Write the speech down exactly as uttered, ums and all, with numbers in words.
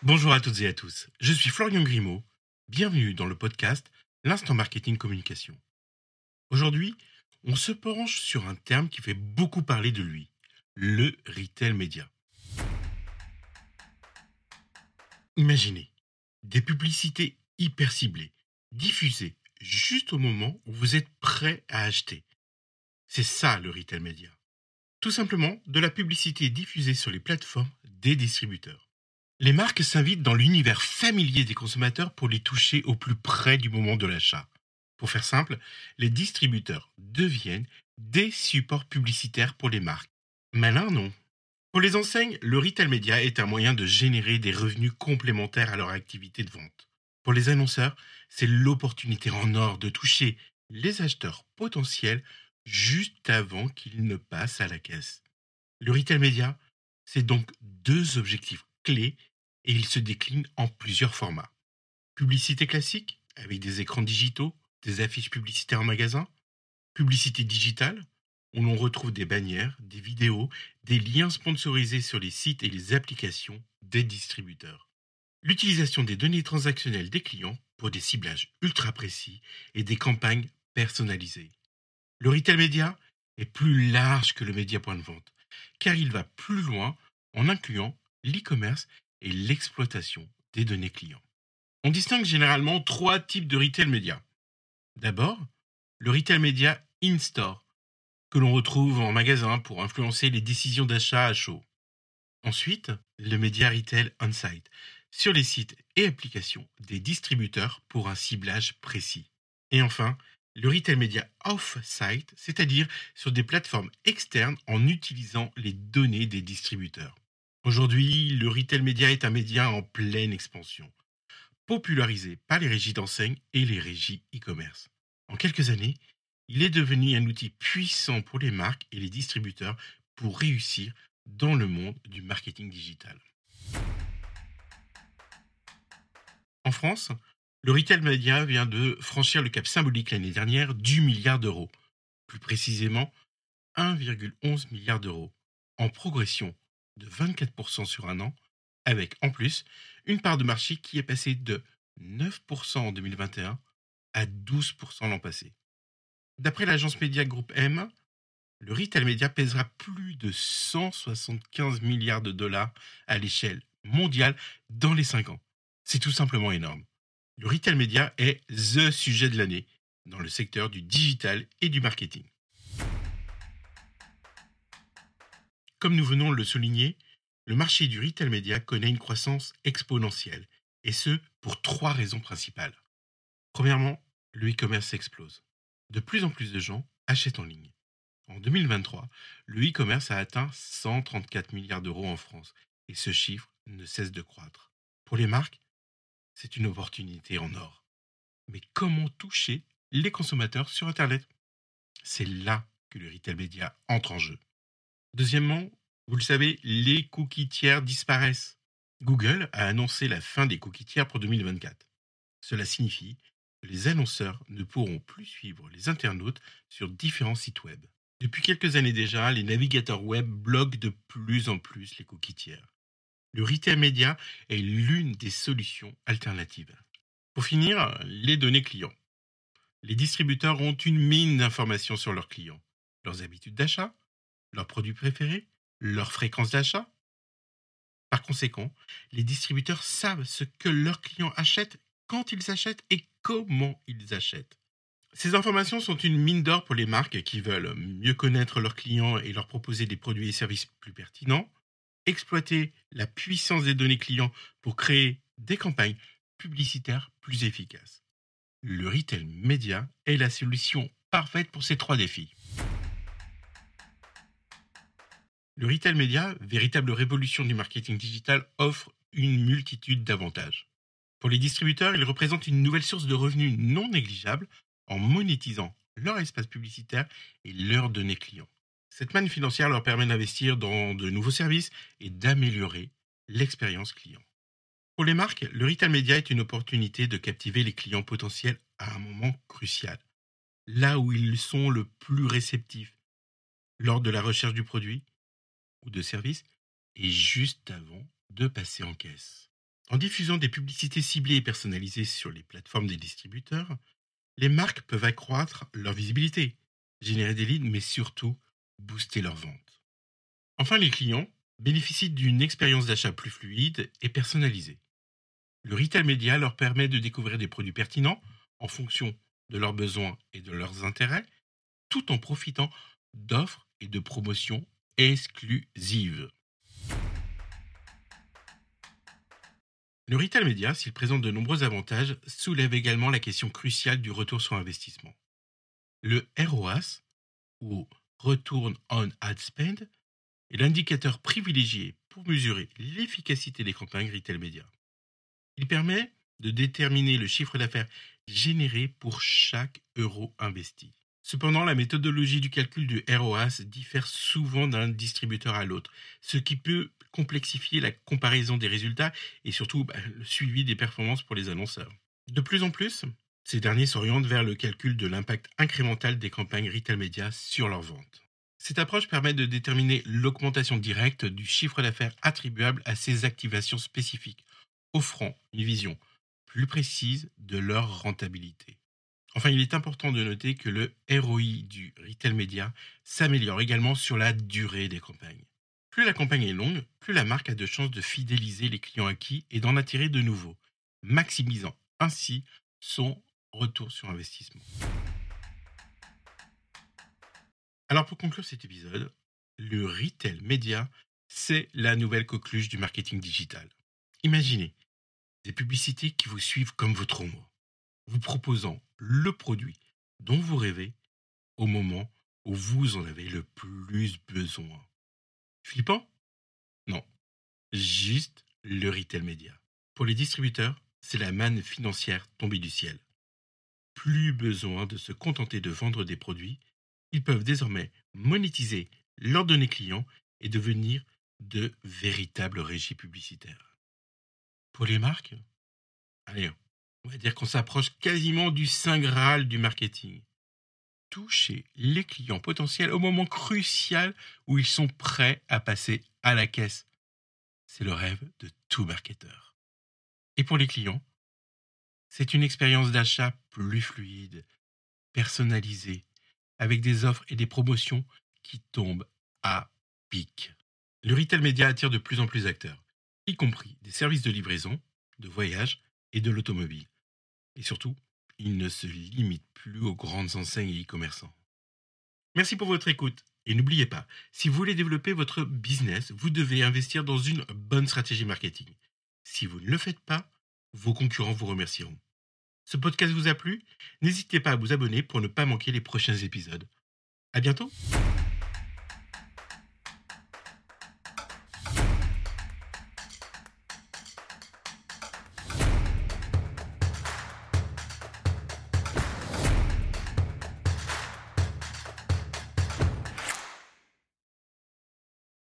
Bonjour à toutes et à tous, je suis Florian Grimaud, bienvenue dans le podcast L'Instant Marketing Communication. Aujourd'hui, on se penche sur un terme qui fait beaucoup parler de lui, le retail média. Imaginez, des publicités hyper ciblées, diffusées juste au moment où vous êtes prêt à acheter. C'est ça le retail média. Tout simplement de la publicité diffusée sur les plateformes des distributeurs. Les marques s'invitent dans l'univers familier des consommateurs pour les toucher au plus près du moment de l'achat. Pour faire simple, les distributeurs deviennent des supports publicitaires pour les marques. Malin, non? Pour les enseignes, le retail média est un moyen de générer des revenus complémentaires à leur activité de vente. Pour les annonceurs, c'est l'opportunité en or de toucher les acheteurs potentiels juste avant qu'ils ne passent à la caisse. Le retail média, c'est donc deux objectifs clés et il se décline en plusieurs formats. Publicité classique, avec des écrans digitaux, des affiches publicitaires en magasin. Publicité digitale, où l'on retrouve des bannières, des vidéos, des liens sponsorisés sur les sites et les applications des distributeurs. L'utilisation des données transactionnelles des clients pour des ciblages ultra précis et des campagnes personnalisées. Le retail média est plus large que le média point de vente, car il va plus loin en incluant l'e-commerce et l'exploitation des données clients. On distingue généralement trois types de retail média. D'abord, le retail média in-store, que l'on retrouve en magasin pour influencer les décisions d'achat à chaud. Ensuite, le média retail on-site, sur les sites et applications des distributeurs pour un ciblage précis. Et enfin, le retail média off-site, c'est-à-dire sur des plateformes externes en utilisant les données des distributeurs. Aujourd'hui, le retail média est un média en pleine expansion, popularisé par les régies d'enseigne et les régies e-commerce. En quelques années, il est devenu un outil puissant pour les marques et les distributeurs pour réussir dans le monde du marketing digital. En France, le retail média vient de franchir le cap symbolique l'année dernière du milliard d'euros, plus précisément un virgule onze milliard d'euros, en progression de vingt-quatre pour cent sur un an, avec en plus une part de marché qui est passée de neuf pour cent en deux mille vingt et un à douze pour cent l'an passé. D'après l'agence média Groupe M, le retail média pèsera plus de cent soixante-quinze milliards de dollars à l'échelle mondiale dans les cinq ans. C'est tout simplement énorme. Le retail média est THE sujet de l'année dans le secteur du digital et du marketing. Comme nous venons de le souligner, le marché du retail média connaît une croissance exponentielle, et ce, pour trois raisons principales. Premièrement, le e-commerce explose. De plus en plus de gens achètent en ligne. En deux mille vingt-trois, le e-commerce a atteint cent trente-quatre milliards d'euros en France, et ce chiffre ne cesse de croître. Pour les marques, c'est une opportunité en or. Mais comment toucher les consommateurs sur Internet? C'est là que le retail média entre en jeu. Deuxièmement, vous le savez, les cookies tiers disparaissent. Google a annoncé la fin des cookies tiers pour deux mille vingt-quatre. Cela signifie que les annonceurs ne pourront plus suivre les internautes sur différents sites web. Depuis quelques années déjà, les navigateurs web bloquent de plus en plus les cookies tiers. Le retail média est l'une des solutions alternatives. Pour finir, les données clients. Les distributeurs ont une mine d'informations sur leurs clients, leurs habitudes d'achat, leurs produits préférés, leur fréquence d'achat. Par conséquent, les distributeurs savent ce que leurs clients achètent, quand ils achètent et comment ils achètent. Ces informations sont une mine d'or pour les marques qui veulent mieux connaître leurs clients et leur proposer des produits et services plus pertinents, exploiter la puissance des données clients pour créer des campagnes publicitaires plus efficaces. Le retail média est la solution parfaite pour ces trois défis. Le retail média, véritable révolution du marketing digital, offre une multitude d'avantages. Pour les distributeurs, il représente une nouvelle source de revenus non négligeable en monétisant leur espace publicitaire et leurs données clients. Cette manne financière leur permet d'investir dans de nouveaux services et d'améliorer l'expérience client. Pour les marques, le retail média est une opportunité de captiver les clients potentiels à un moment crucial, là où ils sont le plus réceptifs, lors de la recherche du produit ou de service et juste avant de passer en caisse. En diffusant des publicités ciblées et personnalisées sur les plateformes des distributeurs, les marques peuvent accroître leur visibilité, générer des leads, mais surtout booster leurs ventes. Enfin, les clients bénéficient d'une expérience d'achat plus fluide et personnalisée. Le retail média leur permet de découvrir des produits pertinents en fonction de leurs besoins et de leurs intérêts, tout en profitant d'offres et de promotions exclusives. Le retail média, s'il présente de nombreux avantages, soulève également la question cruciale du retour sur investissement. Le R O A S, ou Return on Ad Spend, est l'indicateur privilégié pour mesurer l'efficacité des campagnes retail média. Il permet de déterminer le chiffre d'affaires généré pour chaque euro investi. Cependant, la méthodologie du calcul du R O A S diffère souvent d'un distributeur à l'autre, ce qui peut complexifier la comparaison des résultats et surtout bah, le suivi des performances pour les annonceurs. De plus en plus, ces derniers s'orientent vers le calcul de l'impact incrémental des campagnes retail média sur leurs ventes. Cette approche permet de déterminer l'augmentation directe du chiffre d'affaires attribuable à ces activations spécifiques, offrant une vision plus précise de leur rentabilité. Enfin, il est important de noter que le R O I du retail média s'améliore également sur la durée des campagnes. Plus la campagne est longue, plus la marque a de chances de fidéliser les clients acquis et d'en attirer de nouveaux, maximisant ainsi son retour sur investissement. Alors pour conclure cet épisode, le retail média, c'est la nouvelle coqueluche du marketing digital. Imaginez des publicités qui vous suivent comme votre ombre, vous proposant le produit dont vous rêvez au moment où vous en avez le plus besoin. Flippant? Non, juste le retail média. Pour les distributeurs, c'est la manne financière tombée du ciel. Plus besoin de se contenter de vendre des produits, ils peuvent désormais monétiser leurs données clients et devenir de véritables régies publicitaires. Pour les marques, allez, on va dire qu'on s'approche quasiment du saint graal du marketing. Toucher les clients potentiels au moment crucial où ils sont prêts à passer à la caisse. C'est le rêve de tout marketeur. Et pour les clients, c'est une expérience d'achat plus fluide, personnalisée, avec des offres et des promotions qui tombent à pic. Le retail média attire de plus en plus d'acteurs, y compris des services de livraison, de voyage et de l'automobile. Et surtout, il ne se limite plus aux grandes enseignes et e-commerçants. Merci pour votre écoute. Et n'oubliez pas, si vous voulez développer votre business, vous devez investir dans une bonne stratégie marketing. Si vous ne le faites pas, vos concurrents vous remercieront. Ce podcast vous a plu? N'hésitez pas à vous abonner pour ne pas manquer les prochains épisodes. À bientôt!